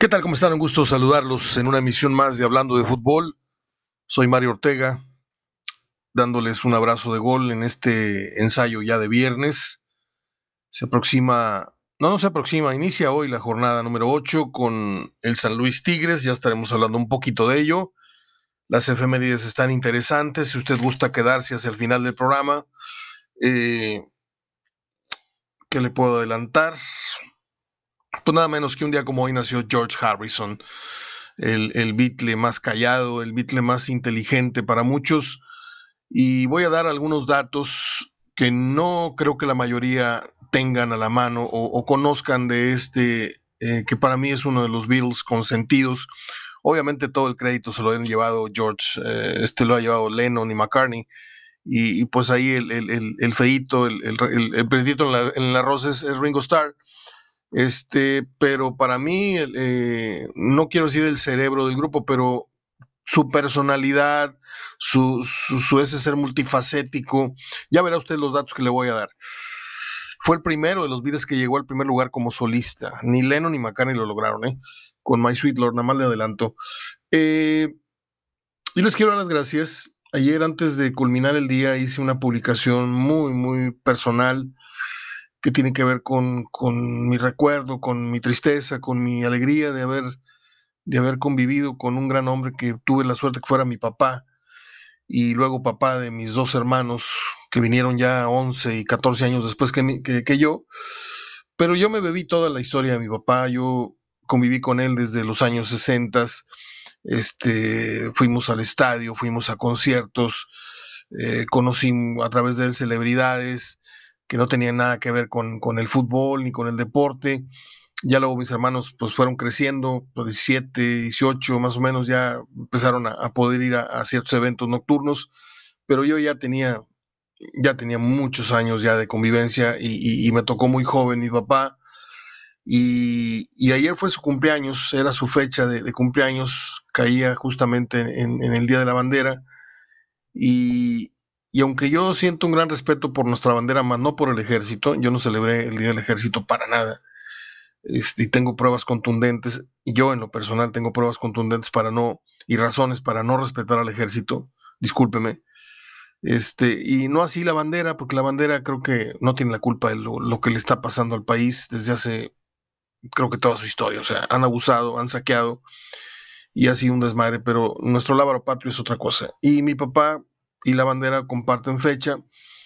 ¿Qué tal? ¿Cómo están? Un gusto saludarlos en una emisión más de Hablando de Fútbol. Soy Mario Ortega, dándoles un abrazo de gol en este ensayo ya de viernes. Se aproxima, no se aproxima, inicia hoy la jornada número 8 con el San Luis Tigres. Ya estaremos hablando un poquito de ello. Las efemérides están interesantes. Si usted gusta quedarse hacia el final del programa, eh, ¿qué le puedo adelantar? Pues nada menos que un día como hoy nació George Harrison, el Beatle más callado, el Beatle más inteligente para muchos. Y voy a dar algunos datos que no creo que la mayoría tengan a la mano o conozcan de que para mí es uno de los Beatles consentidos. Obviamente todo el crédito se lo han llevado George, lo ha llevado Lennon y McCartney, y pues ahí el feíto, el pedito en el arroz es Ringo Starr. Pero para mí, no quiero decir el cerebro del grupo, pero su personalidad, su ese ser multifacético, ya verá usted los datos que le voy a dar. Fue el primero de los Beatles que llegó al primer lugar como solista. Ni Lennon ni McCartney lo lograron, ¿eh? Con My Sweet Lord, nada más le adelanto. Y les quiero dar las gracias. Ayer, antes de culminar el día, hice una publicación muy, muy personal que tiene que ver con mi recuerdo, con mi tristeza, con mi alegría de haber convivido con un gran hombre que tuve la suerte que fuera mi papá, y luego papá de mis dos hermanos, que vinieron ya 11 y 14 años después que yo. Pero yo me bebí toda la historia de mi papá. Yo conviví con él desde los años 60. Fuimos al estadio, fuimos a conciertos, conocí a través de él celebridades que no tenían nada que ver con el fútbol ni con el deporte. Ya luego mis hermanos pues fueron creciendo, los 17, 18 más o menos, ya empezaron a poder ir a ciertos eventos nocturnos, pero yo ya tenía muchos años ya de convivencia, y me tocó muy joven mi papá. Y ayer fue su cumpleaños, era su fecha de cumpleaños, caía justamente en el Día de la Bandera. Y aunque yo siento un gran respeto por nuestra bandera, más no por el ejército, yo no celebré el Día del Ejército para nada. Y tengo pruebas contundentes, y yo en lo personal tengo pruebas contundentes y razones para no respetar al ejército, discúlpeme. Y no así la bandera, porque la bandera creo que no tiene la culpa de lo que le está pasando al país desde hace, creo que toda su historia. O sea, han abusado, han saqueado, y ha sido un desmadre, pero nuestro lábaro patrio es otra cosa. Y mi papá y la bandera comparten fecha,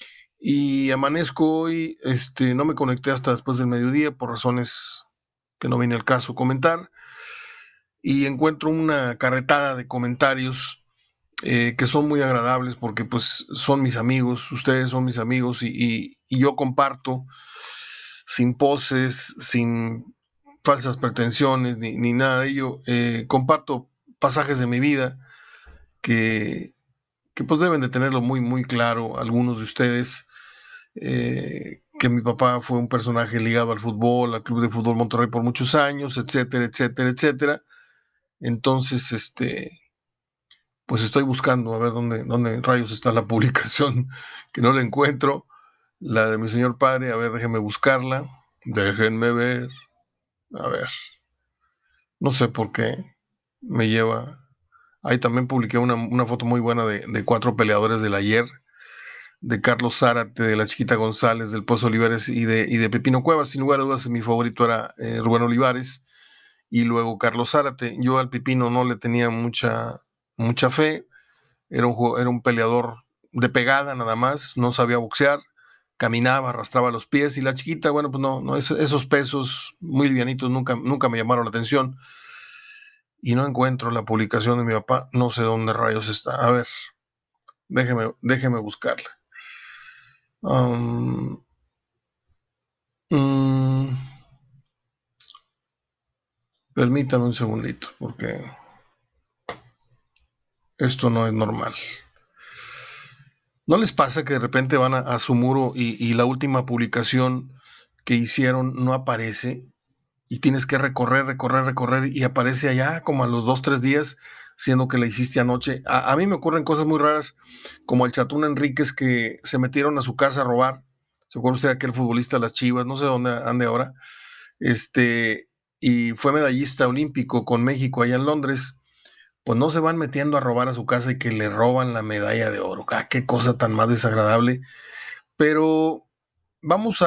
y amanezco hoy. No me conecté hasta después del mediodía por razones que no viene al caso comentar, y encuentro una carretada de comentarios, que son muy agradables, porque pues son mis amigos, ustedes son mis amigos, y yo comparto sin poses, sin falsas pretensiones, ni nada de ello. Comparto pasajes de mi vida que, que pues deben de tenerlo muy, muy claro algunos de ustedes. Que mi papá fue un personaje ligado al fútbol, al Club de Fútbol Monterrey por muchos años, etcétera, etcétera, etcétera. Entonces, pues estoy buscando a ver dónde rayos está la publicación, que no la encuentro. La de mi señor padre, a ver, déjenme buscarla. Déjenme ver. A ver, no sé por qué me lleva. Ahí también publiqué una foto muy buena de cuatro peleadores del ayer, de Carlos Zárate, de la Chiquita González, del Pozo Olivares y de Pepino Cuevas. Sin lugar a dudas, mi favorito era Rubén Olivares, y luego Carlos Zárate. Yo al Pepino no le tenía mucha fe. Era un peleador de pegada nada más, no sabía boxear, caminaba, arrastraba los pies. Y la Chiquita, bueno, pues no, esos pesos muy livianitos nunca me llamaron la atención. Y no encuentro la publicación de mi papá, no sé dónde rayos está. A ver, déjeme buscarla. Um, mm, Permítame un segundito, porque esto no es normal. ¿No les pasa que de repente van a su muro, y la última publicación que hicieron no aparece, y tienes que recorrer, recorrer, recorrer, y aparece allá como a los 2, 3 días, siendo que la hiciste anoche? A mí me ocurren cosas muy raras, como el Chatún Enríquez, que se metieron a su casa a robar. ¿Se acuerda usted de aquel futbolista de las Chivas? No sé dónde ande ahora. Este, y fue medallista olímpico con México allá en Londres, pues no se van metiendo a robar a su casa y que le roban la medalla de oro. Ah, qué cosa tan más desagradable. Pero vamos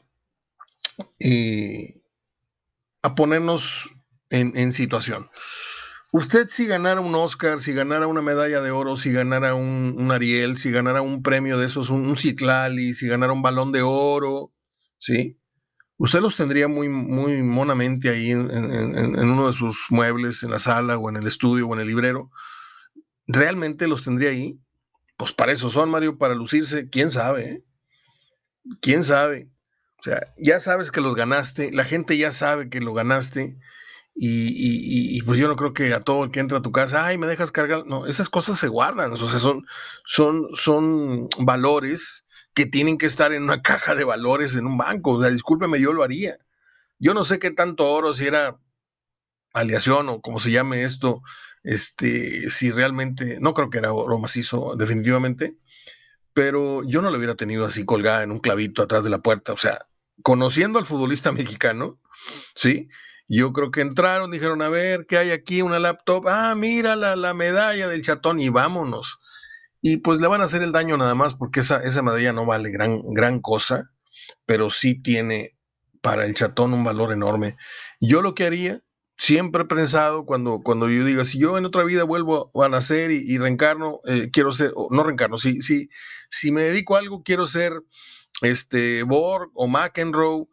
eh, a ponernos situación. Usted si ganara un Oscar, si ganara una medalla de oro, si ganara un Ariel, si ganara un premio de esos, un Citlali, si ganara un Balón de Oro, ¿sí? Usted los tendría muy, muy monamente ahí en uno de sus muebles, en la sala o en el estudio o en el librero. ¿Realmente los tendría ahí? Pues para eso son, Mario, para lucirse. ¿Quién sabe? ¿Quién sabe? O sea, ya sabes que los ganaste, la gente ya sabe que lo ganaste. Pues yo no creo que a todo el que entra a tu casa, ay, me dejas cargar. No, esas cosas se guardan. O sea, son valores que tienen que estar en una caja de valores en un banco. O sea, discúlpeme, yo lo haría. Yo no sé qué tanto oro, si era aleación o como se llame esto, si realmente, no creo que era oro macizo, definitivamente, pero yo no lo hubiera tenido así colgada en un clavito atrás de la puerta. O sea, conociendo al futbolista mexicano, ¿sí? Yo creo que entraron, dijeron, a ver, ¿qué hay aquí? Una laptop. Ah, mira la medalla del Chatón y vámonos. Y pues le van a hacer el daño nada más porque esa medalla no vale gran cosa, pero sí tiene para el Chatón un valor enorme. Yo lo que haría, siempre he pensado cuando yo diga, si yo en otra vida vuelvo a nacer y reencarno, quiero ser, no reencarno, si me dedico a algo, quiero ser Borg o McEnroe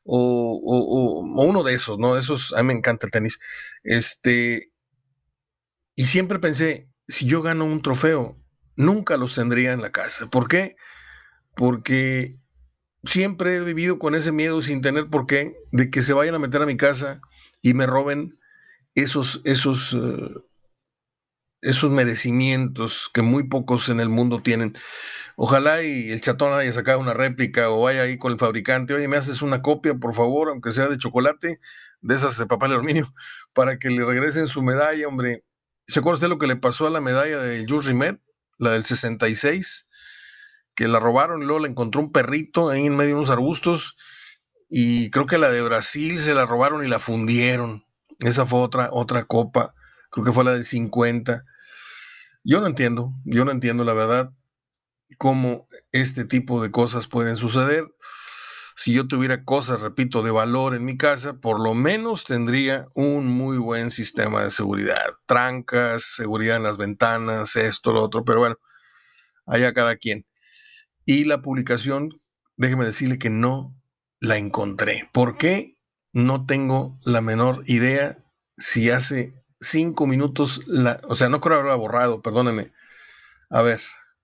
o uno de esos, ¿no? Esos, a mí me encanta el tenis. Y siempre pensé, si yo gano un trofeo, nunca los tendría en la casa. ¿Por qué? Porque siempre he vivido con ese miedo sin tener por qué, de que se vayan a meter a mi casa y me roben esos merecimientos que muy pocos en el mundo tienen. Ojalá y el Chatón haya sacado una réplica o vaya ahí con el fabricante, oye, me haces una copia, por favor, aunque sea de chocolate, de esas de papel aluminio, para que le regresen su medalla, hombre. ¿Se acuerda usted lo que le pasó a la medalla de Jules Rimet, la del 66, que la robaron y luego la encontró un perrito ahí en medio de unos arbustos? Y creo que la de Brasil se la robaron y la fundieron. Esa fue otra copa, creo que fue la del 50. Yo no entiendo la verdad cómo este tipo de cosas pueden suceder. Si yo tuviera cosas, repito, de valor en mi casa, por lo menos tendría un muy buen sistema de seguridad. Trancas, seguridad en las ventanas, esto, lo otro, pero bueno, allá cada quien. Y la publicación, déjeme decirle que no la encontré. ¿Por qué? No tengo la menor idea. Si hace 5 minutos, o sea, no creo haberla borrado, perdóneme. A ver,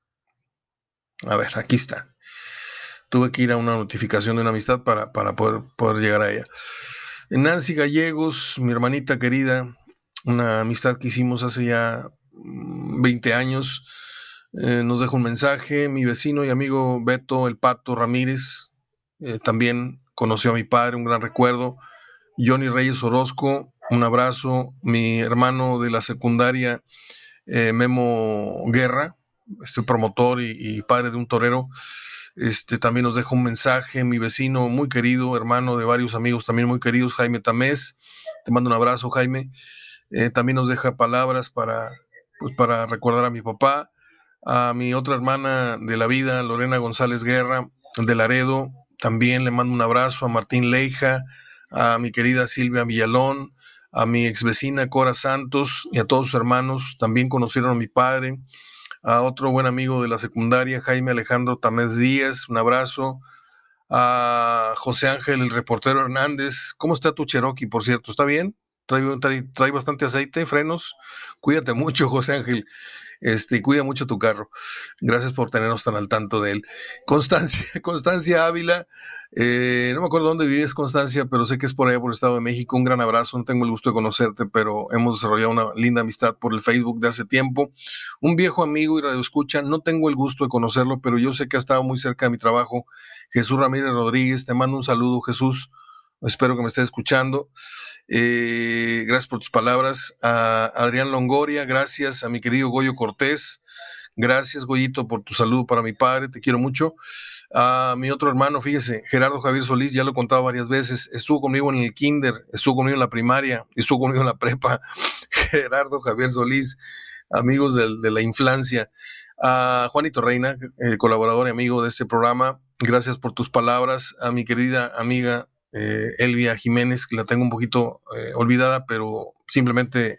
aquí está. Tuve que ir a una notificación de una amistad para poder llegar a ella. Nancy Gallegos, mi hermanita querida, una amistad que hicimos hace ya 20 años, nos deja un mensaje. Mi vecino y amigo Beto El Pato Ramírez también conoció a mi padre, un gran recuerdo. Johnny Reyes Orozco, un abrazo. Mi hermano de la secundaria, Memo Guerra, promotor y padre de un torero, también nos deja un mensaje. Mi vecino muy querido, hermano de varios amigos también muy queridos, Jaime Tamés, te mando un abrazo, Jaime. También nos deja palabras para recordar a mi papá. A mi otra hermana de la vida, Lorena González Guerra, de Laredo, también le mando un abrazo. A Martín Leija, a mi querida Silvia Villalón, a mi ex vecina Cora Santos y a todos sus hermanos. También conocieron a mi padre. A otro buen amigo de la secundaria, Jaime Alejandro Tamés Díaz, un abrazo. A José Ángel, el reportero Hernández. ¿Cómo está tu Cherokee, por cierto? ¿Está bien? Trae bastante aceite, frenos. Cuídate mucho, José Ángel. Cuida mucho tu carro. Gracias por tenernos tan al tanto de él. Constancia Ávila, no me acuerdo dónde vives, Constancia, pero sé que es por allá por el Estado de México. Un gran abrazo, no tengo el gusto de conocerte, pero hemos desarrollado una linda amistad por el Facebook de hace tiempo. Un viejo amigo y radioescucha, no tengo el gusto de conocerlo, pero yo sé que ha estado muy cerca de mi trabajo. Jesús Ramírez Rodríguez, te mando un saludo, Jesús. Espero que me estés escuchando. Gracias por tus palabras. A Adrián Longoria, gracias. A mi querido Goyo Cortés, gracias, Goyito, por tu saludo para mi padre, te quiero mucho. A mi otro hermano, fíjese, Gerardo Javier Solís, ya lo he contado varias veces, estuvo conmigo en el kinder, estuvo conmigo en la primaria, estuvo conmigo en la prepa. Gerardo Javier Solís, amigos de la infancia. A Juanito Reina, colaborador y amigo de este programa, gracias por tus palabras. A mi querida amiga Elvia Jiménez, que la tengo un poquito olvidada, pero simplemente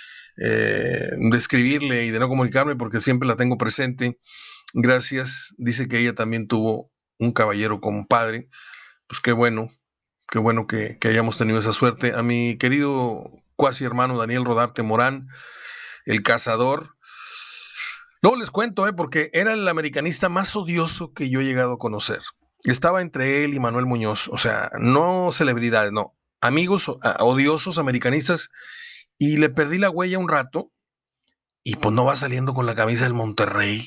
de escribirle y de no comunicarme porque siempre la tengo presente. Gracias. Dice que ella también tuvo un caballero como padre. Pues qué bueno que hayamos tenido esa suerte. A mi querido cuasi hermano Daniel Rodarte Morán, el cazador. Luego les cuento, porque era el americanista más odioso que yo he llegado a conocer. Estaba entre él y Manuel Muñoz, o sea, no celebridades, no, amigos odiosos americanistas, y le perdí la huella un rato, y pues no va saliendo con la camisa del Monterrey,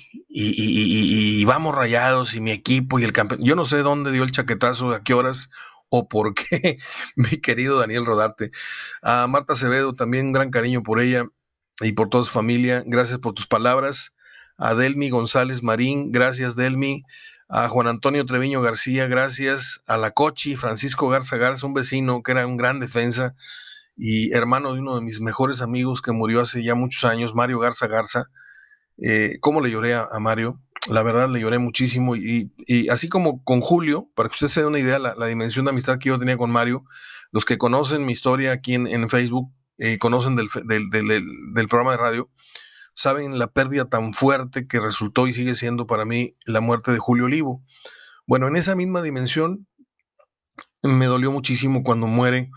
y vamos Rayados, y mi equipo, y el campeón. Yo no sé dónde dio el chaquetazo, a qué horas, o por qué, mi querido Daniel Rodarte. A Marta Acevedo, también un gran cariño por ella y por toda su familia. Gracias por tus palabras. A Delmi González Marín, gracias Delmi. A Juan Antonio Treviño García, gracias. A la Cochi, Francisco Garza Garza, un vecino que era un gran defensa y hermano de uno de mis mejores amigos que murió hace ya muchos años, Mario Garza Garza. ¿Cómo le lloré a Mario? La verdad le lloré muchísimo y así como con Julio, para que usted se dé una idea la dimensión de amistad que yo tenía con Mario, los que conocen mi historia aquí en Facebook, conocen del programa de radio, saben la pérdida tan fuerte que resultó y sigue siendo para mí la muerte de Julio Olivo. Bueno, en esa misma dimensión me dolió muchísimo cuando muere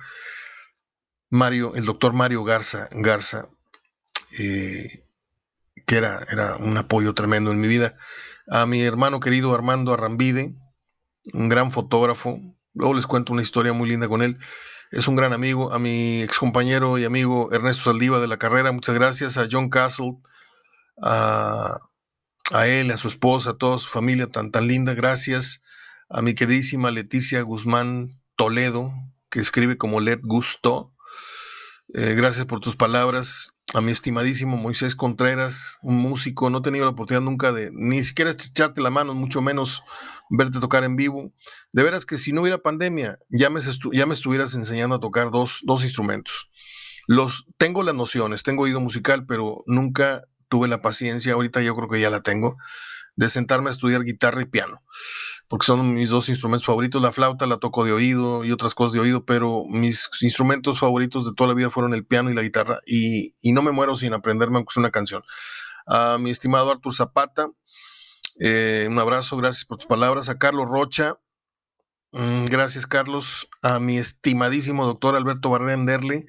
Mario, el doctor Mario Garza, eh, que era un apoyo tremendo en mi vida. A mi hermano querido Armando Arrambide, un gran fotógrafo. Luego les cuento una historia muy linda con él. Es un gran amigo. A mi excompañero y amigo Ernesto Saldiva de la carrera, muchas gracias. A John Castle, a, a él, a su esposa, a toda su familia tan linda, gracias. A mi queridísima Leticia Guzmán Toledo, que escribe como Let Gusto. Gracias por tus palabras. A mi estimadísimo Moisés Contreras, un músico, no he tenido la oportunidad nunca de ni siquiera echarte la mano, mucho menos verte tocar en vivo. De veras que si no hubiera pandemia, ya me estuvieras enseñando a tocar dos instrumentos. Tengo las nociones, tengo oído musical, pero nunca tuve la paciencia, ahorita yo creo que ya la tengo, de sentarme a estudiar guitarra y piano, porque son mis dos instrumentos favoritos. La flauta la toco de oído y otras cosas de oído, pero mis instrumentos favoritos de toda la vida fueron el piano y la guitarra, y no me muero sin aprenderme aunque sea una canción. A mi estimado Artur Zapata, un abrazo, gracias por tus palabras. A Carlos Rocha, gracias Carlos. A mi estimadísimo doctor Alberto Barrera Enderle,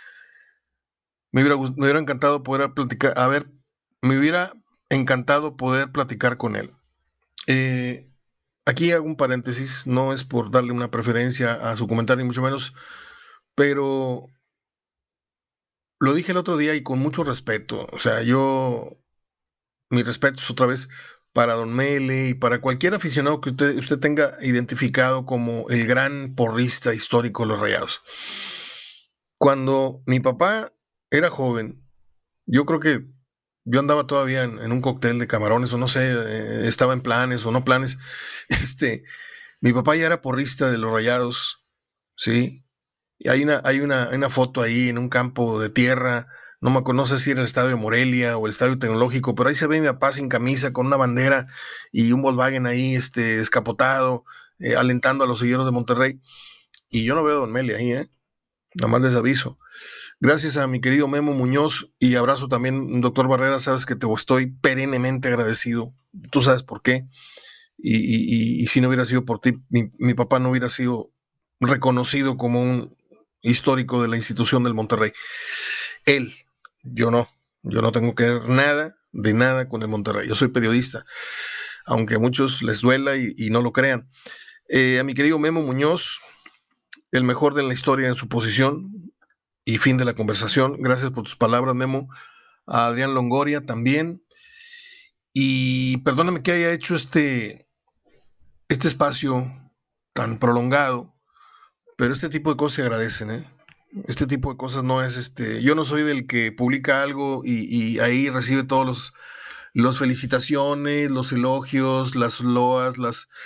me hubiera encantado poder platicar, me hubiera encantado poder platicar con él. Aquí hago un paréntesis, no es por darle una preferencia a su comentario, ni mucho menos, pero lo dije el otro día y con mucho respeto. O sea, mi respeto es otra vez para Don Mele y para cualquier aficionado que usted tenga identificado como el gran porrista histórico de los Rayados. Cuando mi papá era joven, yo creo que yo andaba todavía en un cóctel de camarones, o no sé, estaba en planes o no planes. Mi papá ya era porrista de los Rayados, ¿sí? Y hay una foto ahí en un campo de tierra, no sé si era el Estadio Morelia o el Estadio Tecnológico, pero ahí se ve mi papá sin camisa, con una bandera y un Volkswagen ahí descapotado, alentando a los seguidores de Monterrey. Y yo no veo a Don Meli ahí, nada más les aviso. Gracias a mi querido Memo Muñoz y abrazo también, doctor Barrera, sabes que te estoy perennemente agradecido, tú sabes por qué. Y si no hubiera sido por ti, mi papá no hubiera sido reconocido como un histórico de la institución del Monterrey. Él, yo no, yo no tengo que ver nada de nada con el Monterrey. Yo soy periodista, aunque a muchos les duela y no lo crean. A mi querido Memo Muñoz, el mejor de la historia en su posición, y fin de la conversación. Gracias por tus palabras, Memo. A Adrián Longoria también. Y perdóname que haya hecho este espacio tan prolongado, pero este tipo de cosas se agradecen, ¿eh? Este tipo de cosas no es yo no soy del que publica algo y ahí recibe todos los felicitaciones, los elogios, las loas,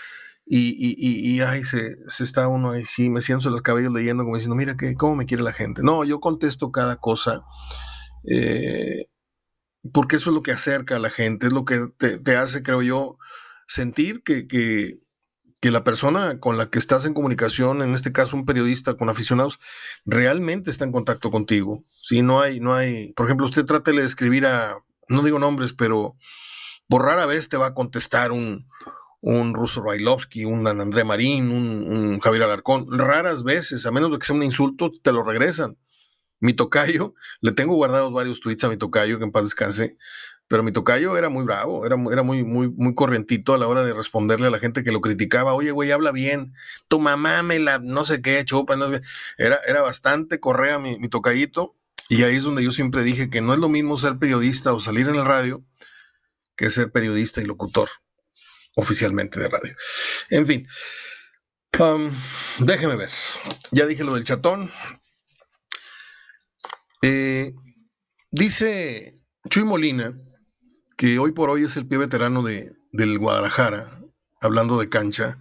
ay, se está uno ahí, sí, me siento los cabellos leyendo como diciendo, mira, cómo me quiere la gente. No, yo contesto cada cosa, eh, porque eso es lo que acerca a la gente, es lo que te hace, creo yo, sentir que la persona con la que estás en comunicación, en este caso un periodista con aficionados, realmente está en contacto contigo. Sí, no hay, por ejemplo, usted trate de escribir no digo nombres, pero por rara vez te va a contestar un Russo Bailovsky, un André Marín, un Javier Alarcón. Raras veces, a menos de que sea un insulto, te lo regresan. Mi tocayo, le tengo guardados varios tweets a mi tocayo, que en paz descanse, pero mi tocayo era muy bravo, era muy corrientito a la hora de responderle a la gente que lo criticaba. Oye, güey, habla bien, tu mamá me la, no sé qué, chupa, no sé. Era bastante correa mi tocayito, y ahí es donde yo siempre dije que no es lo mismo ser periodista o salir en el radio que ser periodista y locutor oficialmente de radio. En fin, um, déjeme ver. Ya dije lo del chatón. Eh, Dice Chuy Molina que hoy por hoy es el pie veterano del Guadalajara, hablando de cancha,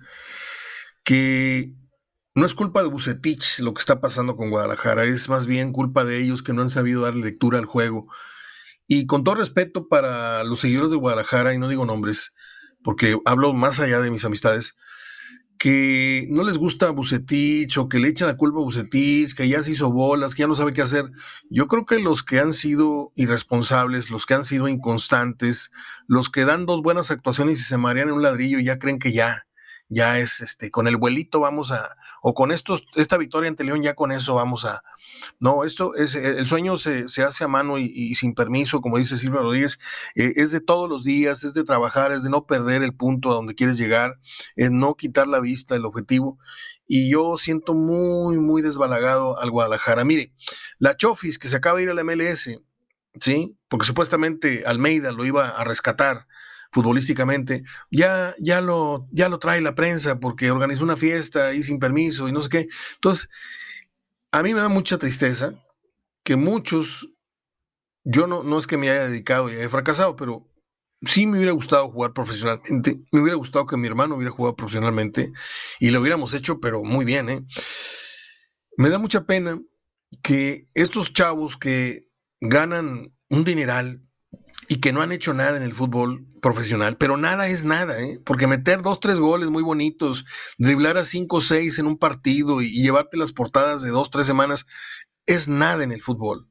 que no es culpa de Bucetich lo que está pasando con Guadalajara, es más bien culpa de ellos que no han sabido darle lectura al juego. Y con todo respeto para los seguidores de Guadalajara, y no digo nombres, porque hablo más allá de mis amistades, que no les gusta Bucetich o que le echan la culpa a Bucetich, que ya se hizo bolas, que ya no sabe qué hacer. Yo creo que los que han sido irresponsables, los que han sido inconstantes, los que dan dos buenas actuaciones y se marean en un ladrillo y ya creen que ya es con el vuelito vamos o con esta victoria ante León ya con eso vamos no, esto es, el sueño se hace a mano y sin permiso, como dice Silvia Rodríguez, es de todos los días, es de trabajar, es de no perder el punto a donde quieres llegar, es no quitar la vista, el objetivo. Y yo siento muy desbalagado al Guadalajara. Mire, la Chofis que se acaba de ir a la MLS, ¿sí? Porque supuestamente Almeida lo iba a rescatar futbolísticamente, ya lo trae la prensa porque organizó una fiesta y sin permiso y no sé qué. Entonces, a mí me da mucha tristeza que muchos, yo no es que me haya dedicado y haya fracasado, pero sí me hubiera gustado jugar profesionalmente, me hubiera gustado que mi hermano hubiera jugado profesionalmente y lo hubiéramos hecho, pero muy bien, ¿eh? Me da mucha pena que estos chavos que ganan un dineral y que no han hecho nada en el fútbol profesional, pero nada es nada, ¿eh? Porque meter 2, 3 goles muy bonitos, driblar a 5, 6 en un partido y llevarte las portadas de 2, 3 semanas, es nada en el fútbol.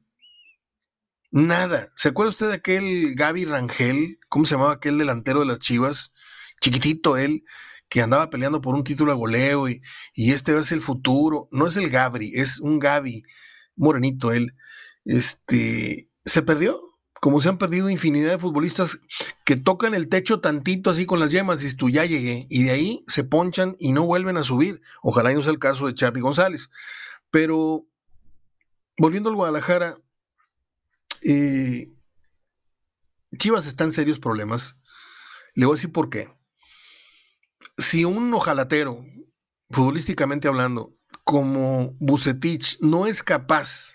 Nada. ¿Se acuerda usted de aquel Gaby Rangel? ¿Cómo se llamaba aquel delantero de las Chivas? Chiquitito él, que andaba peleando por un título de goleo y este es el futuro. No es el Gabri, es un Gaby, morenito él. Se perdió, como se han perdido infinidad de futbolistas que tocan el techo tantito así con las yemas, y tú ya llegué, y de ahí se ponchan y no vuelven a subir. Ojalá y no sea el caso de Charly González. Pero volviendo al Guadalajara, eh, Chivas está en serios problemas. Le voy a decir por qué. Si un ojalatero, futbolísticamente hablando, como Bucetich, no es capaz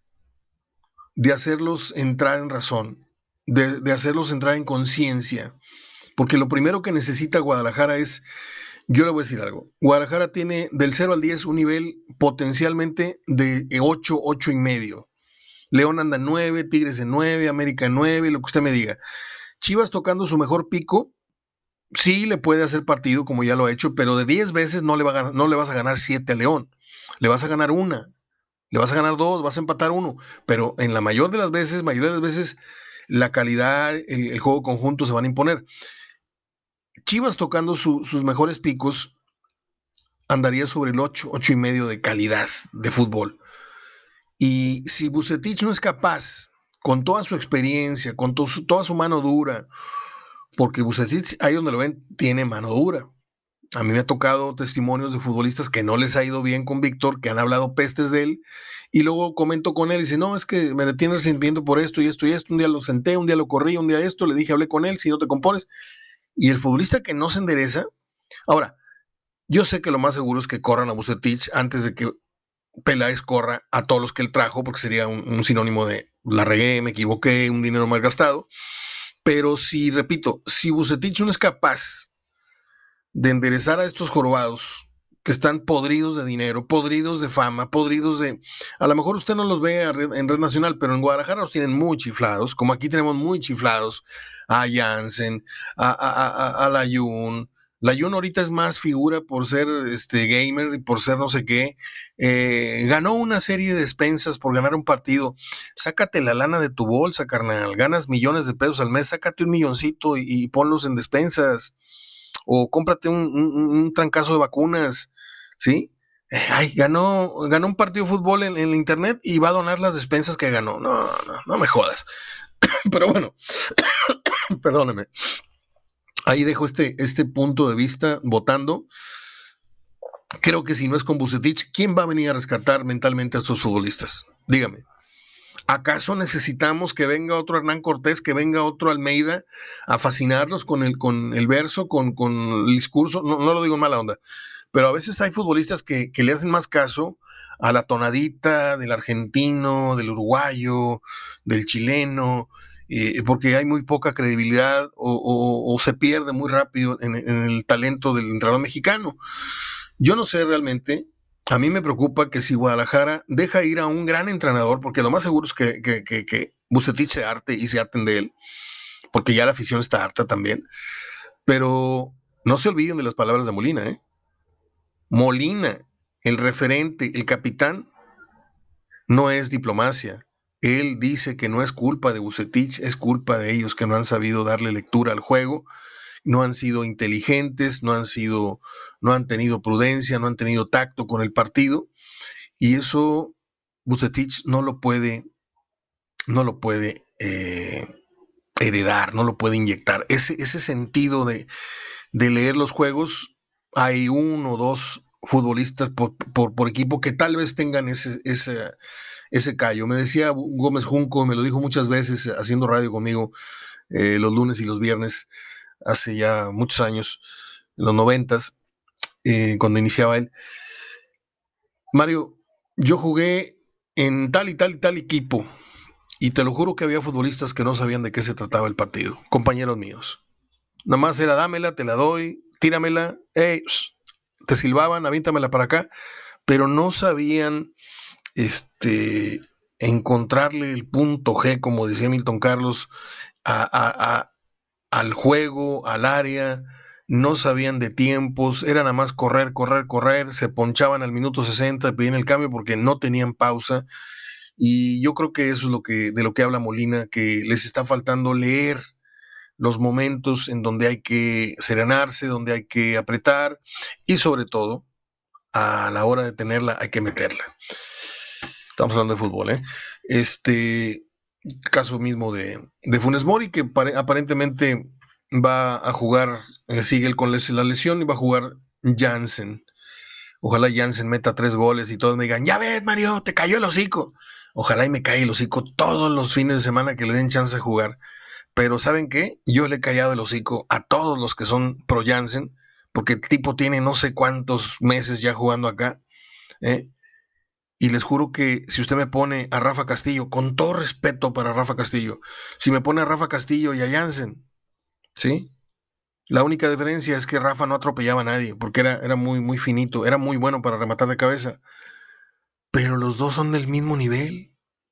de hacerlos entrar en razón, de hacerlos entrar en conciencia, porque lo primero que necesita Guadalajara es, yo le voy a decir algo, Guadalajara tiene del 0 al 10 un nivel potencialmente de 8, 8 y medio. León anda en 9, Tigres en 9, América en 9, lo que usted me diga. Chivas tocando su mejor pico, sí le puede hacer partido como ya lo ha hecho, pero de 10 veces no le vas a ganar 7 a León. Le vas a ganar una, le vas a ganar dos, vas a empatar uno, pero en la mayoría de las veces, la calidad, el juego conjunto se van a imponer. Chivas tocando sus mejores picos andaría sobre el 8, 8 y medio de calidad de fútbol. Y si Bucetich no es capaz, con toda su experiencia, con toda su mano dura, porque Bucetich, ahí donde lo ven, tiene mano dura. A mí me ha tocado testimonios de futbolistas que no les ha ido bien con Víctor, que han hablado pestes de él, y luego comento con él y dice, no, es que me detiene el sentimiento por esto y esto y esto, un día lo senté, un día lo corrí, un día esto, le dije, hablé con él, si no te compones, y el futbolista que no se endereza, ahora, yo sé que lo más seguro es que corran a Bucetich antes de que Peláez corra a todos los que él trajo, porque sería un sinónimo de la regué, me equivoqué, un dinero mal gastado, pero si, repito, si Bucetich no es capaz de enderezar a estos jorobados que están podridos de dinero, podridos de fama, podridos de... A lo mejor usted no los ve en Red Nacional, pero en Guadalajara los tienen muy chiflados, como aquí tenemos muy chiflados a Jansen, a Layun. Layun ahorita es más figura por ser gamer y por ser no sé qué. Ganó una serie de despensas por ganar un partido. Sácate la lana de tu bolsa, carnal. Ganas millones de pesos al mes, sácate un milloncito y ponlos en despensas o cómprate un trancazo de vacunas, ¿sí? Ay, ganó un partido de fútbol en internet y va a donar las despensas que ganó. No me jodas. Pero bueno, perdóneme. Ahí dejo este punto de vista votando. Creo que si no es con Vucetich, ¿quién va a venir a rescatar mentalmente a estos futbolistas? Dígame. ¿Acaso necesitamos que venga otro Hernán Cortés, que venga otro Almeida a fascinarlos con el verso, con el discurso? No lo digo en mala onda, pero a veces hay futbolistas que le hacen más caso a la tonadita del argentino, del uruguayo, del chileno, porque hay muy poca credibilidad o se pierde muy rápido en el talento del entrenador mexicano. Yo no sé realmente. A mí me preocupa que si Guadalajara deja ir a un gran entrenador, porque lo más seguro es que Vucetich se harte y se harten de él, porque ya la afición está harta también. Pero no se olviden de las palabras de Molina, ¿eh? Molina, el referente, el capitán, no es diplomacia. Él dice que no es culpa de Vucetich, es culpa de ellos que no han sabido darle lectura al juego, no han sido inteligentes, no han tenido prudencia, no han tenido tacto con el partido. Y eso Vucetich no lo puede heredar, no lo puede inyectar. Ese sentido de leer los juegos, hay uno o dos futbolistas por equipo que tal vez tengan ese callo. Me decía Gómez Junco, me lo dijo muchas veces haciendo radio conmigo los lunes y los viernes, hace ya muchos años, en los 90, cuando iniciaba él. Mario, yo jugué en tal y tal y tal equipo y te lo juro que había futbolistas que no sabían de qué se trataba el partido, compañeros míos. Nada más era dámela, te la doy, tíramela, hey, te silbaban, avíntamela para acá, pero no sabían encontrarle el punto G, como decía Milton Carlos, a, a, a, al juego, al área, no sabían de tiempos, era nada más correr, correr, correr, se ponchaban al minuto 60, pedían el cambio porque no tenían pausa. Y yo creo que eso es de lo que habla Molina, que les está faltando leer los momentos en donde hay que serenarse, donde hay que apretar y sobre todo a la hora de tenerla hay que meterla. Estamos hablando de fútbol, ¿eh? Caso mismo de Funes Mori, que aparentemente va a jugar, sigue con la lesión y va a jugar Jansen. Ojalá Jansen meta 3 goles y todos me digan, ya ves, Mario, te cayó el hocico. Ojalá y me caiga el hocico todos los fines de semana que le den chance de jugar. Pero ¿saben qué? Yo le he callado el hocico a todos los que son pro Jansen, porque el tipo tiene no sé cuántos meses ya jugando acá. ¿eh? Y les juro que si usted me pone a Rafa Castillo, con todo respeto para Rafa Castillo, si me pone a Rafa Castillo y a Jansen, ¿sí? La única diferencia es que Rafa no atropellaba a nadie, porque era muy, muy finito, era muy bueno para rematar de cabeza. Pero los dos son del mismo nivel.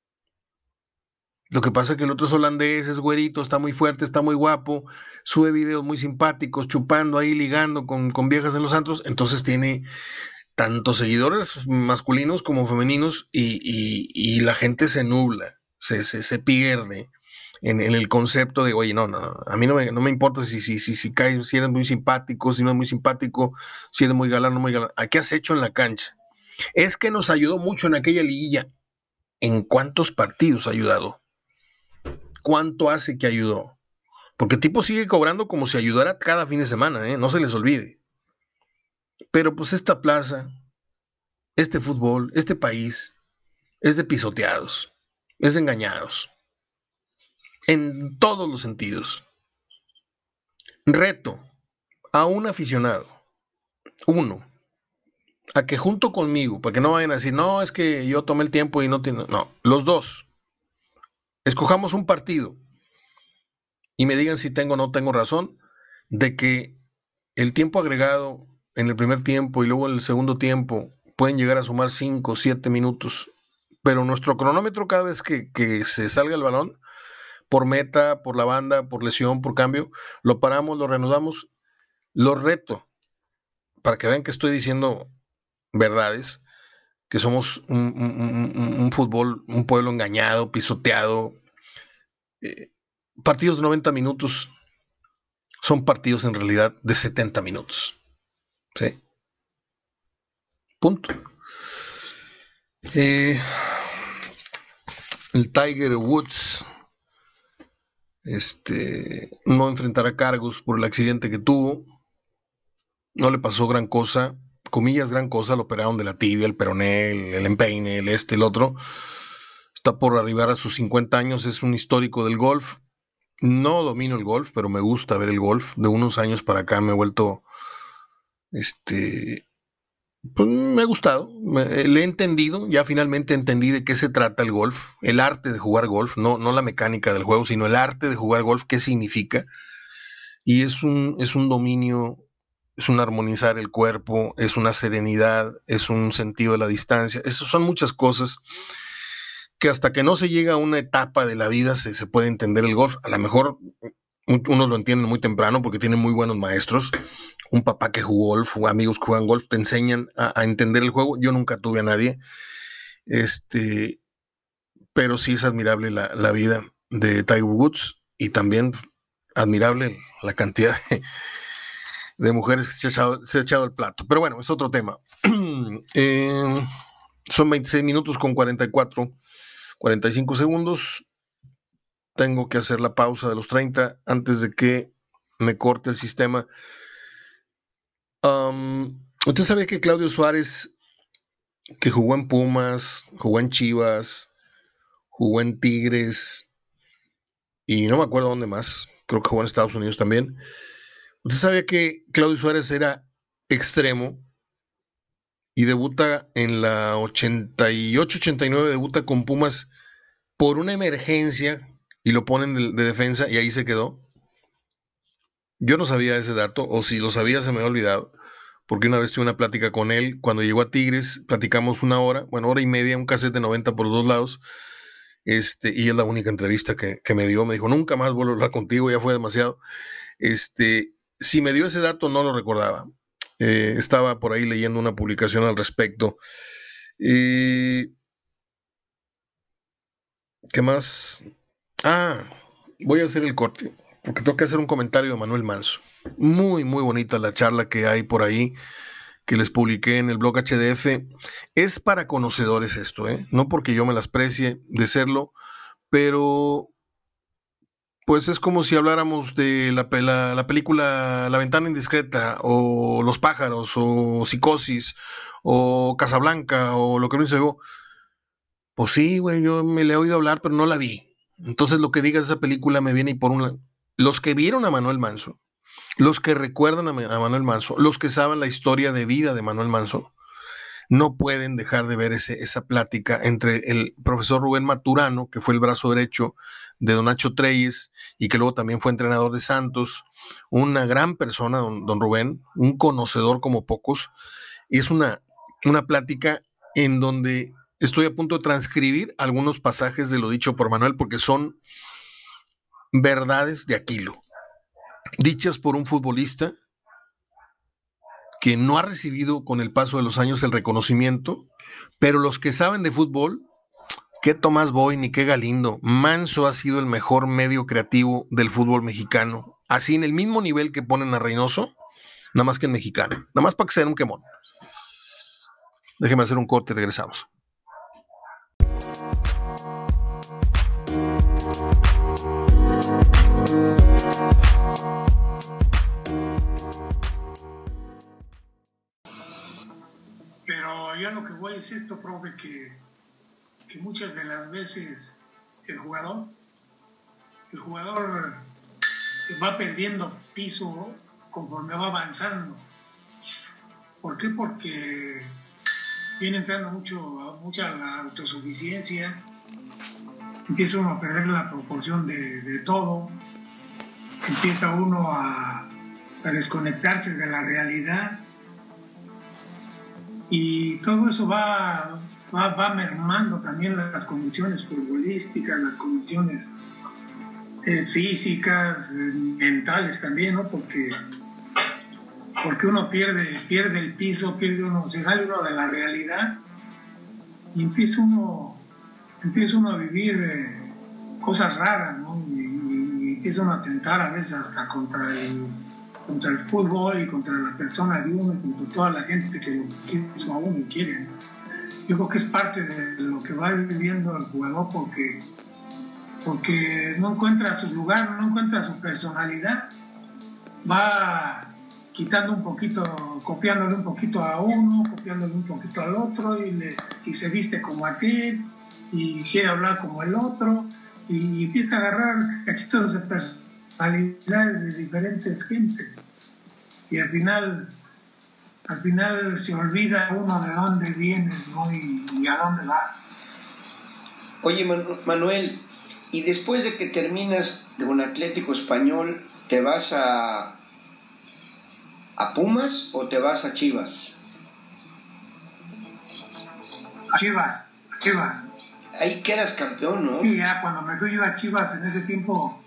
Lo que pasa es que el otro es holandés, es güerito, está muy fuerte, está muy guapo, sube videos muy simpáticos, chupando ahí, ligando con viejas en los antros, entonces tiene tanto seguidores masculinos como femeninos y la gente se nubla, se pierde en el concepto de, oye, a mí no me importa si caes, si eres muy simpático, si no es muy simpático, si eres muy galán, no muy galán. ¿A qué has hecho en la cancha? Es que nos ayudó mucho en aquella liguilla. ¿En cuántos partidos ha ayudado? ¿Cuánto hace que ayudó? Porque el tipo sigue cobrando como si ayudara cada fin de semana, no se les olvide. Pero pues esta plaza, este fútbol, este país, es de pisoteados, es de engañados, en todos los sentidos. Reto a un aficionado, uno, a que junto conmigo, para que no vayan a decir, no, es que yo tomé el tiempo y no tiene, no, los dos, escojamos un partido y me digan si tengo o no tengo razón de que el tiempo agregado en el primer tiempo y luego en el segundo tiempo pueden llegar a sumar 5 o 7 minutos, pero nuestro cronómetro cada vez que se salga el balón, por meta, por la banda, por lesión, por cambio, lo paramos, lo reanudamos, lo reto, para que vean que estoy diciendo verdades, que somos un fútbol, un pueblo engañado, pisoteado. Eh, Partidos de 90 minutos son partidos en realidad de 70 minutos. ¿Sí? Punto. El Tiger Woods no enfrentará cargos por el accidente que tuvo. No le pasó gran cosa, comillas gran cosa, lo operaron de la tibia, el peroné, el empeine, el otro. Está por arribar a sus 50 años, es un histórico del golf. No domino el golf, pero me gusta ver el golf. De unos años para acá me he vuelto, pues me ha gustado, le he entendido, ya finalmente entendí de qué se trata el golf, el arte de jugar golf, no la mecánica del juego, sino el arte de jugar golf, qué significa. Y es un dominio, es un armonizar el cuerpo, es una serenidad, es un sentido de la distancia. Esas son muchas cosas que hasta que no se llega a una etapa de la vida se puede entender el golf. A lo mejor uno lo entiende muy temprano porque tiene muy buenos maestros. Un papá que jugó golf, o amigos que juegan golf, te enseñan a entender el juego. Yo nunca tuve a nadie. Pero sí es admirable la vida de Tiger Woods y también admirable la cantidad de mujeres que se ha echado el plato. Pero bueno, es otro tema. Son 26 minutos con 45 segundos. Tengo que hacer la pausa de los 30 antes de que me corte el sistema. ¿Usted sabe que Claudio Suárez, que jugó en Pumas, jugó en Chivas, jugó en Tigres y no me acuerdo dónde más, creo que jugó en Estados Unidos también? ¿Usted sabía que Claudio Suárez era extremo y debuta en la 88-89, debuta con Pumas por una emergencia y lo ponen de defensa y ahí se quedó? Yo no sabía ese dato, o si lo sabía se me ha olvidado, porque una vez tuve una plática con él, cuando llegó a Tigres, platicamos una hora, bueno, hora y media, un cassette de 90 por 2 lados, y es la única entrevista que me dio. Me dijo, nunca más vuelvo a hablar contigo, ya fue demasiado. Si me dio ese dato, no lo recordaba. Estaba por ahí leyendo una publicación al respecto. ¿Qué más? Ah, voy a hacer el corte, porque tengo que hacer un comentario de Manuel Manso. Muy, muy bonita la charla que hay por ahí, que les publiqué en el blog HDF. Es para conocedores esto, ¿eh? No porque yo me las precie de serlo, pero pues es como si habláramos de la película La Ventana Indiscreta, o Los Pájaros, o Psicosis, o Casablanca, o lo que no hizo yo. Pues sí, güey, yo me le he oído hablar, pero no la vi. Entonces lo que digas de esa película me viene y por una... Los que vieron a Manuel Manso, los que recuerdan a Manuel Manso, los que saben la historia de vida de Manuel Manso, no pueden dejar de ver esa plática entre el profesor Rubén Maturano, que fue el brazo derecho de Don Nacho Treyes y que luego también fue entrenador de Santos, una gran persona, don Rubén, un conocedor como pocos, y es una plática en donde estoy a punto de transcribir algunos pasajes de lo dicho por Manuel, porque son verdades de Aquilo, dichas por un futbolista que no ha recibido con el paso de los años el reconocimiento, pero los que saben de fútbol, qué Tomás Boy ni qué Galindo, Manso ha sido el mejor medio creativo del fútbol mexicano, así en el mismo nivel que ponen a Reynoso, nada más que en mexicano, nada más para que sea un quemón. Déjeme hacer un corte y regresamos. Pero yo lo que voy es esto, profe, que muchas de las veces el jugador va perdiendo piso conforme va avanzando. ¿Por qué? Porque viene entrando mucha la autosuficiencia, empieza uno a perder la proporción de todo, empieza uno a a desconectarse de la realidad, y todo eso va mermando también las condiciones futbolísticas, las condiciones físicas, mentales también, ¿no? Porque uno pierde el piso, se sale uno de la realidad y empieza uno a vivir cosas raras, ¿no? Y empieza uno a atentar a veces hasta contra el fútbol y contra la persona de uno y contra toda la gente que lo quiso a uno y quiere, ¿no? Yo creo que es parte de lo que va viviendo el jugador porque no encuentra su lugar, no encuentra su personalidad, va quitando un poquito, copiándole un poquito a uno, copiándole un poquito al otro, y se viste como aquel, y quiere hablar como el otro, y empieza a agarrar cachitos de personalidades de diferentes gentes, y al final se olvida uno de dónde viene, ¿no? y a dónde va. Oye, Manuel, y después de que terminas de un Atlético Español, ¿te vas a Pumas o te vas a Chivas? A Chivas. Ahí quedas campeón, ¿no? Sí, ya cuando me fui yo a Chivas en ese tiempo.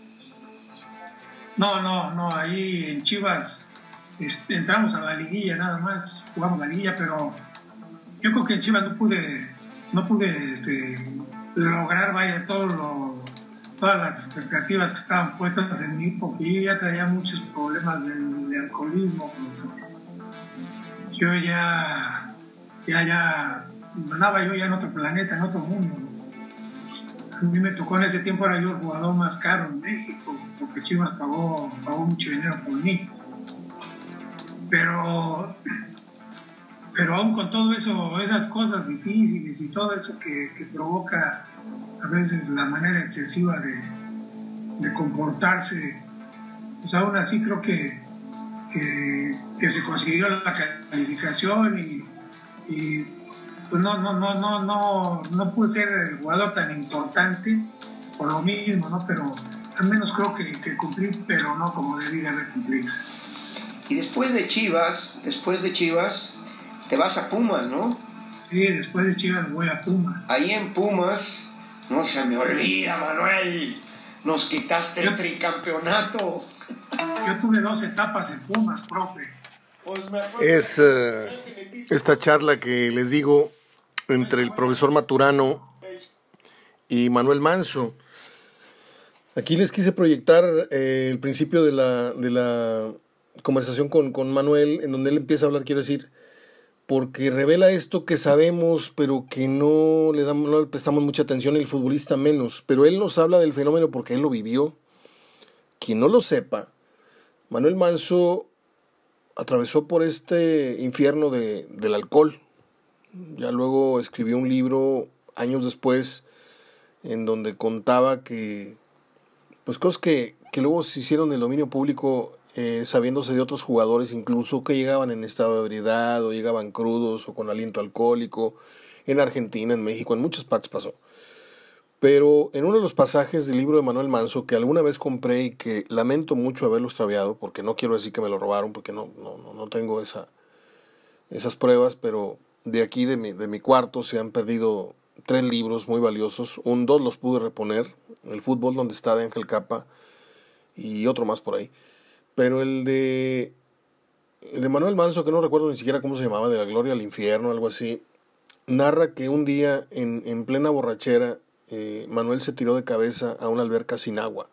No, ahí en Chivas entramos a la liguilla nada más, jugamos la liguilla, pero yo creo que en Chivas no pude lograr, vaya, todas las expectativas que estaban puestas en mí, porque yo ya traía muchos problemas de alcoholismo. Pues. Yo ya andaba yo ya en otro planeta, en otro mundo. A mí me tocó en ese tiempo, era yo el jugador más caro en México, porque Chivas pagó mucho dinero por mí. Pero aún con todo eso, esas cosas difíciles y todo eso que provoca a veces la manera excesiva de comportarse, pues aún así creo que se consiguió la calificación y pues no pude ser el jugador tan importante por lo mismo, ¿no? Pero al menos creo que cumplí, pero no como debí de haber cumplido. Y después de Chivas, te vas a Pumas, ¿no? Sí, después de Chivas voy a Pumas. Ahí en Pumas, no se me olvida, Manuel, nos quitaste el tricampeonato. Yo tuve 2 etapas en Pumas, profe. Es esta charla que les digo entre el profesor Maturano y Manuel Manso. Aquí les quise proyectar el principio de la conversación con Manuel, en donde él empieza a hablar, quiero decir, porque revela esto que sabemos, pero que no le prestamos mucha atención, el futbolista menos. Pero él nos habla del fenómeno porque él lo vivió. Quien no lo sepa, Manuel Manso atravesó por este infierno del alcohol. Ya luego escribió un libro años después en donde contaba que pues cosas que luego se hicieron del dominio público, sabiéndose de otros jugadores incluso que llegaban en estado de ebriedad o llegaban crudos o con aliento alcohólico, en Argentina, en México, en muchas partes pasó. Pero en uno de los pasajes del libro de Manuel Manso, que alguna vez compré y que lamento mucho haberlo extraviado, porque no quiero decir que me lo robaron, porque no tengo esas pruebas, pero de aquí, de mi cuarto, se han perdido 3 libros muy valiosos. 2 los pude reponer, El fútbol donde está, de Ángel Capa, y otro más por ahí. Pero el de Manuel Manso, que no recuerdo ni siquiera cómo se llamaba, de la gloria al infierno, algo así, narra que un día en plena borrachera, Manuel se tiró de cabeza a una alberca sin agua.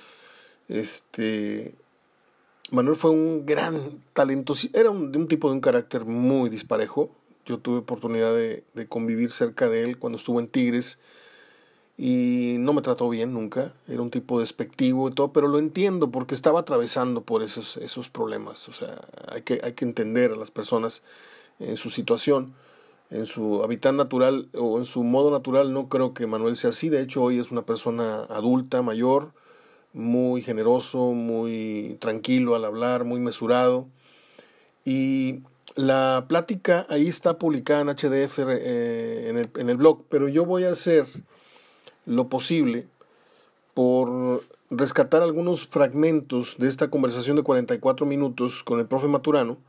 Manuel fue un gran talento, era un tipo de un carácter muy disparejo. Yo tuve oportunidad de convivir cerca de él cuando estuvo en Tigres y no me trató bien nunca. Era un tipo despectivo y todo, pero lo entiendo porque estaba atravesando por esos problemas. O sea, hay que entender a las personas en su situación. En su hábitat natural o en su modo natural no creo que Manuel sea así. De hecho, hoy es una persona adulta, mayor, muy generoso, muy tranquilo al hablar, muy mesurado. Y la plática ahí está publicada en HDF en el blog, pero yo voy a hacer lo posible por rescatar algunos fragmentos de esta conversación de 44 minutos con el profe Maturano,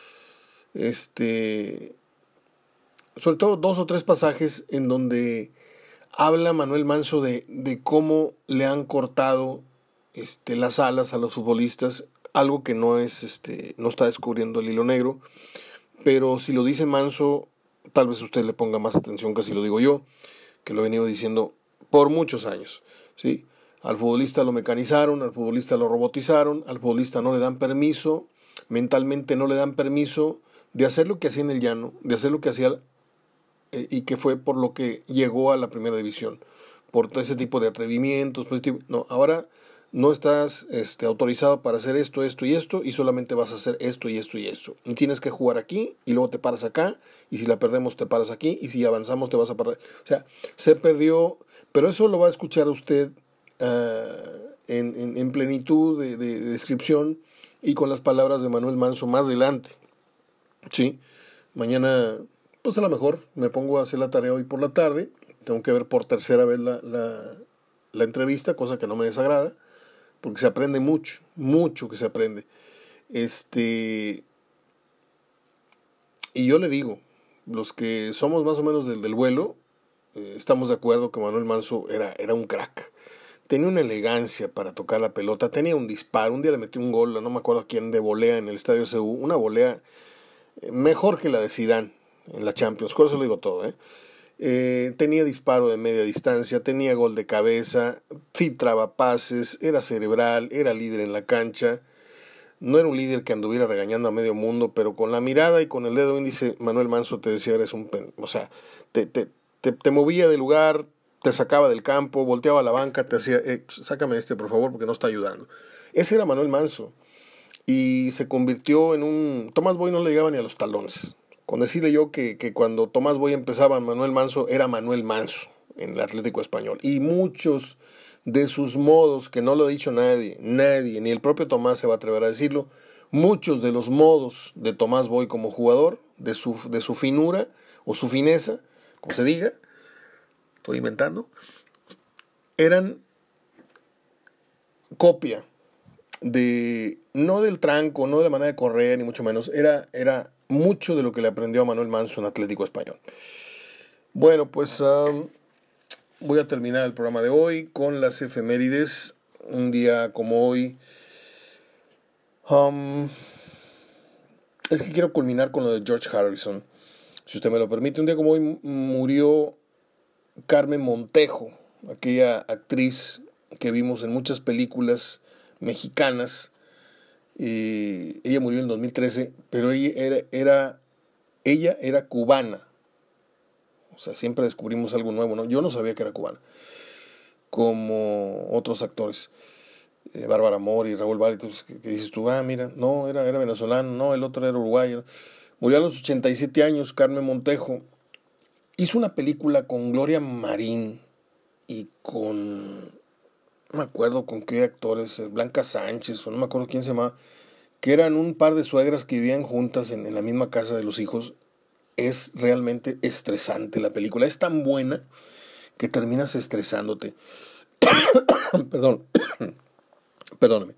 sobre todo 2 o 3 pasajes en donde habla Manuel Manso de cómo le han cortado las alas a los futbolistas, algo que no está descubriendo el hilo negro, pero si lo dice Manso, tal vez usted le ponga más atención que si lo digo yo, que lo he venido diciendo por muchos años, ¿sí? Al futbolista lo mecanizaron, al futbolista lo robotizaron, al futbolista no le dan permiso, mentalmente no le dan permiso de hacer lo que hacía en el llano, de hacer lo que hacía y que fue por lo que llegó a la primera división, por todo ese tipo de atrevimientos. No, ahora no estás autorizado para hacer esto, esto y esto, y solamente vas a hacer esto y esto y esto. Y tienes que jugar aquí, y luego te paras acá, y si la perdemos te paras aquí, y si avanzamos te vas a parar. O sea, se perdió, pero eso lo va a escuchar usted en plenitud de descripción y con las palabras de Manuel Manso más adelante. ¿Sí? Mañana, pues a lo mejor me pongo a hacer la tarea hoy por la tarde. Tengo que ver por tercera vez la entrevista, cosa que no me desagrada, porque se aprende mucho, mucho que se aprende. Y yo le digo, los que somos más o menos del vuelo, estamos de acuerdo que Manuel Manso era un crack. Tenía una elegancia para tocar la pelota, tenía un disparo, un día le metió un gol, no me acuerdo a quién, de volea en el Estadio CU, una volea mejor que la de Zidane en la Champions, con eso lo digo todo, tenía disparo de media distancia, tenía gol de cabeza, filtraba pases, era cerebral, era líder en la cancha. No era un líder que anduviera regañando a medio mundo, pero con la mirada y con el dedo índice, Manuel Manso te decía, eres un o sea, te movía del lugar, te sacaba del campo, volteaba a la banca, te hacía, sácame por favor, porque no está ayudando. Ese era Manuel Manso. Y se convirtió en un... Tomás Boy no le llegaba ni a los talones. Con decirle yo que cuando Tomás Boy empezaba, Manuel Manso era Manuel Manso en el Atlético Español. Y muchos de sus modos, que no lo ha dicho nadie, ni el propio Tomás se va a atrever a decirlo, muchos de los modos de Tomás Boy como jugador, de su finura o su fineza, como se diga, estoy inventando, eran copia no del tranco, no de la manera de correr, ni mucho menos, era mucho de lo que le aprendió a Manuel Manso en Atlético Español. Bueno, pues voy a terminar el programa de hoy con las efemérides. Un día como hoy, es que quiero culminar con lo de George Harrison, si usted me lo permite. Un día como hoy murió Carmen Montejo, aquella actriz que vimos en muchas películas mexicanas. Ella murió en 2013, pero ella era cubana. O sea, siempre descubrimos algo nuevo, ¿no? Yo no sabía que era cubana, como otros actores, Bárbara Mori y Raúl Barrios, que dices tú, mira, no, era venezolano, no, el otro era uruguayo. Murió a los 87 años Carmen Montejo. Hizo una película con Gloria Marín y con... no me acuerdo con qué actores, Blanca Sánchez, o no me acuerdo quién se llamaba, que eran un par de suegras que vivían juntas en la misma casa de los hijos. Es realmente estresante la película, es tan buena que terminas estresándote. Perdóname.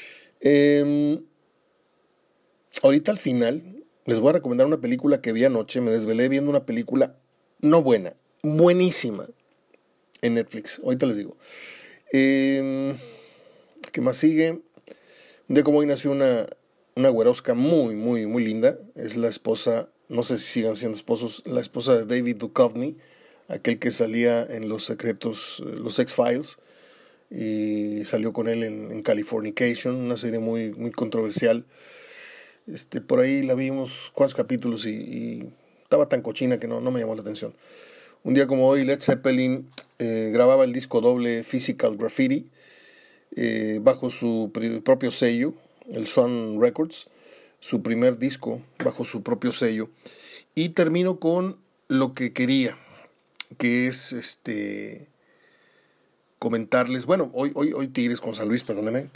Ahorita al final les voy a recomendar una película que vi anoche. Me desvelé viendo una película no buena, buenísima, en Netflix. Ahorita les digo. ¿Qué más sigue? Un día como hoy nació una güerosca muy, muy, muy linda. Es la esposa, no sé si sigan siendo esposos, la esposa de David Duchovny, aquel que salía en Los Secretos, los X-Files, y salió con él en Californication, una serie muy, muy controversial. Por ahí la vimos cuantos capítulos y estaba tan cochina que no me llamó la atención. Un día como hoy, Led Zeppelin grababa el disco doble Physical Graffiti bajo su propio sello, el Swan Records, su primer disco bajo su propio sello. Y termino con lo que quería, que es comentarles, bueno, hoy Tigres con San Luis, perdóneme.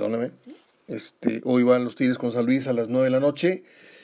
Hoy van los Tigres con San Luis a las 9 de la noche.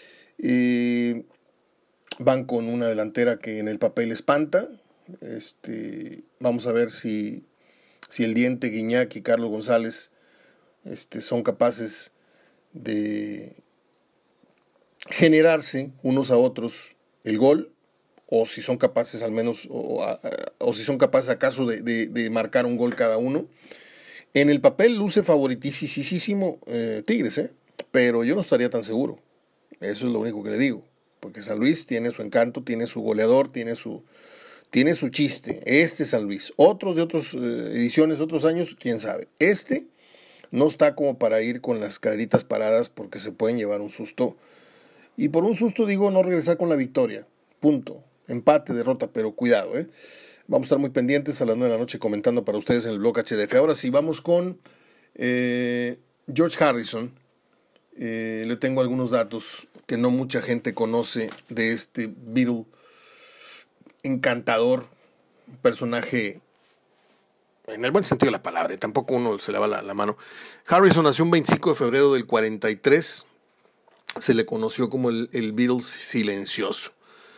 Van con una delantera que en el papel espanta. Vamos a ver si si el Diente, Guiñac y Carlos González son capaces de generarse unos a otros el gol, o si son capaces al menos, o si son capaces acaso de marcar un gol cada uno. En el papel luce favoritísimo Tigres, pero yo no estaría tan seguro. Eso es lo único que le digo, porque San Luis tiene su encanto, tiene su goleador, tiene su chiste. San Luis, otros de otras ediciones, otros años, quién sabe. No está como para ir con las caderitas paradas, porque se pueden llevar un susto. Y por un susto digo no regresar con la victoria. Punto. Empate, derrota, pero cuidado, Vamos a estar muy pendientes a las 9 de la noche comentando para ustedes en el blog HDF. Ahora sí, vamos con George Harrison. Le tengo algunos datos que no mucha gente conoce de este Beatle encantador, personaje en el buen sentido de la palabra, y tampoco uno se lava la mano. Harrison nació un 25 de febrero del 43. Se le conoció como el Beatles silencioso.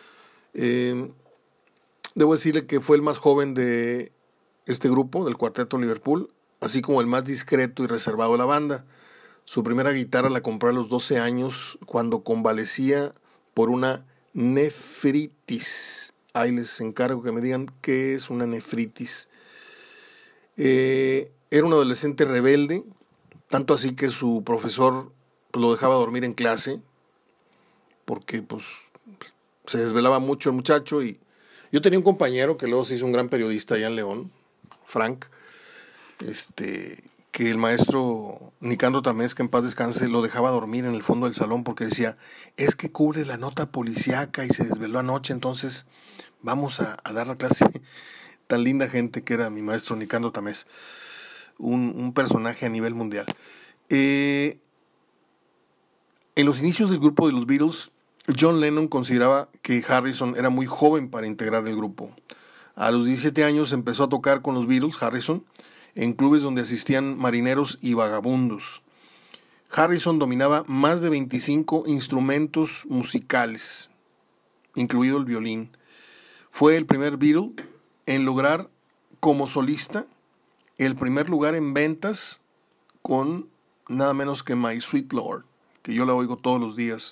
Debo decirle que fue el más joven de este grupo, del Cuarteto Liverpool, así como el más discreto y reservado de la banda. Su primera guitarra la compró a los 12 años, cuando convalecía por una nefritis. Ahí les encargo que me digan qué es una nefritis. Era un adolescente rebelde, tanto así que su profesor lo dejaba dormir en clase, porque pues se desvelaba mucho el muchacho. Y yo tenía un compañero que luego se hizo un gran periodista allá en León, Frank, que el maestro Nicandro Tamés, que en paz descanse, lo dejaba dormir en el fondo del salón porque decía, es que cubre la nota policíaca y se desveló anoche, entonces vamos a dar la clase. Tan linda gente que era mi maestro Nicandro Tamés, un personaje a nivel mundial. En los inicios del grupo de los Beatles, John Lennon consideraba que Harrison era muy joven para integrar el grupo. A los 17 años empezó a tocar con los Beatles, Harrison, en clubes donde asistían marineros y vagabundos. Harrison dominaba más de 25 instrumentos musicales, incluido el violín. Fue el primer Beatle en lograr, como solista, el primer lugar en ventas con nada menos que My Sweet Lord, que yo la oigo todos los días.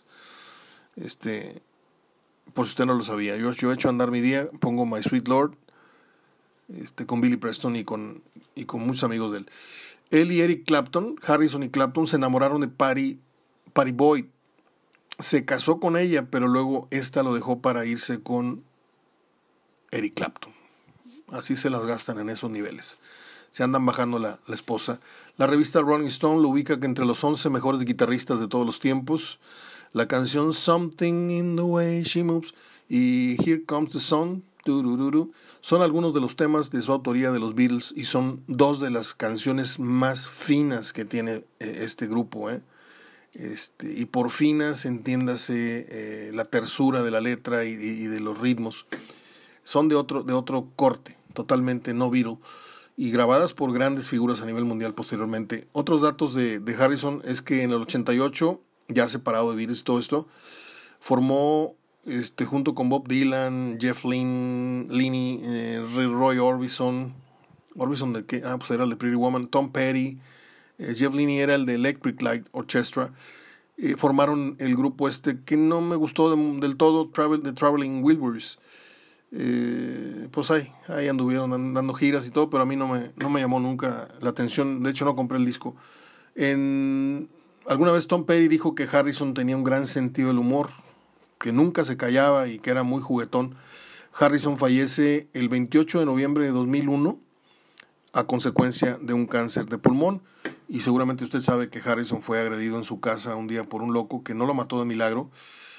Por si usted no lo sabía, yo echo a andar mi día, pongo My Sweet Lord, con Billy Preston y con muchos amigos de él. Él y Eric Clapton, Harrison y Clapton, se enamoraron de Pattie Boyd. Se casó con ella, pero luego esta lo dejó para irse con Eric Clapton. Así se las gastan en esos niveles. Se andan bajando la esposa. La revista Rolling Stone lo ubica que entre los 11 mejores guitarristas de todos los tiempos. La canción Something in the Way She Moves y Here Comes the Sun son algunos de los temas de su autoría de los Beatles y son dos de las canciones más finas que tiene este grupo. Y por finas, entiéndase la tersura de la letra y de los ritmos. Son de otro corte, totalmente no Beatle, y grabadas por grandes figuras a nivel mundial posteriormente. Otros datos de Harrison es que en el 88, ya separado de Beatles todo esto, formó junto con Bob Dylan, Jeff Lynne, Roy Orbison de qué, pues era el de Pretty Woman, Tom Petty, Jeff Lynne era el de Electric Light Orchestra. Formaron el grupo que no me gustó del todo, The Traveling Wilburys. Pues ahí anduvieron dando giras y todo, pero a mí no me llamó nunca la atención. De hecho no compré el disco. Alguna vez Tom Petty dijo que Harrison tenía un gran sentido del humor, que nunca se callaba y que era muy juguetón. Harrison fallece el 28 de noviembre de 2001 a consecuencia de un cáncer de pulmón, y seguramente usted sabe que Harrison fue agredido en su casa un día por un loco que no lo mató de milagro,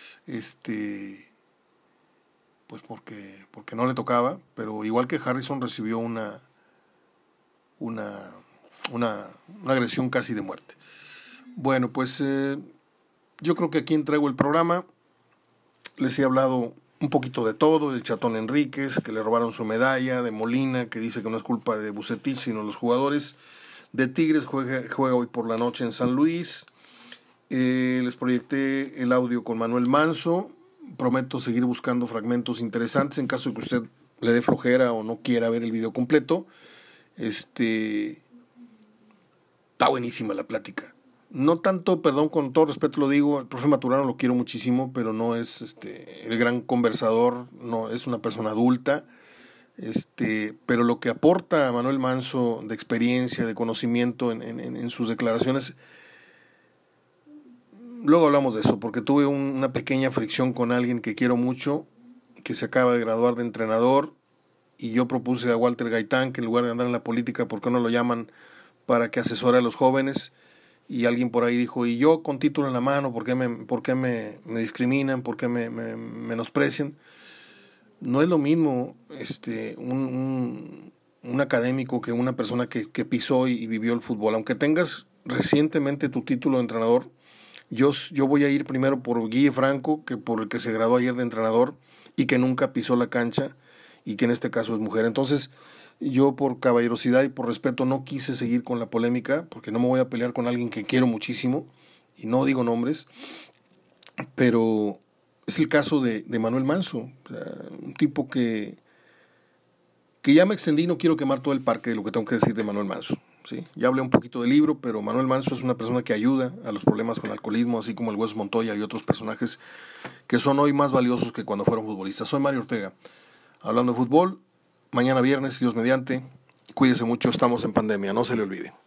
pues porque no le tocaba, pero igual que Harrison recibió una agresión casi de muerte. Bueno, pues yo creo que aquí entrego el programa. Les he hablado un poquito de todo, del Chatón Enríquez, que le robaron su medalla, de Molina, que dice que no es culpa de Vucetich, sino los jugadores. De Tigres juega hoy por la noche en San Luis. Les proyecté el audio con Manuel Manso. Prometo seguir buscando fragmentos interesantes en caso de que usted le dé flojera o no quiera ver el video completo. Está buenísima la plática. No tanto, perdón, con todo respeto lo digo, el profe Maturano lo quiero muchísimo, pero no es el gran conversador, no es una persona adulta. Pero lo que aporta Manuel Manso de experiencia, de conocimiento en sus declaraciones, luego hablamos de eso, porque tuve una pequeña fricción con alguien que quiero mucho, que se acaba de graduar de entrenador, y yo propuse a Walter Gaitán que en lugar de andar en la política, ¿por qué no lo llaman para que asesore a los jóvenes? Y alguien por ahí dijo, y yo con título en la mano, ¿por qué me discriminan? ¿Por qué me menosprecian? No es lo mismo un académico que una persona que pisó y vivió el fútbol. Aunque tengas recientemente tu título de entrenador, yo voy a ir primero por Guille Franco, que por el que se graduó ayer de entrenador y que nunca pisó la cancha y que en este caso es mujer. Entonces, yo por caballerosidad y por respeto no quise seguir con la polémica, porque no me voy a pelear con alguien que quiero muchísimo, y no digo nombres, pero es el caso de Manuel Manso, o sea, un tipo que ya me extendí, no quiero quemar todo el parque de lo que tengo que decir de Manuel Manso, ¿sí? Ya hablé un poquito del libro, pero Manuel Manso es una persona que ayuda a los problemas con alcoholismo, así como el Hueso Montoya y otros personajes que son hoy más valiosos que cuando fueron futbolistas. Soy Mario Ortega, hablando de fútbol. Mañana viernes, Dios mediante, cuídese mucho, estamos en pandemia, no se le olvide.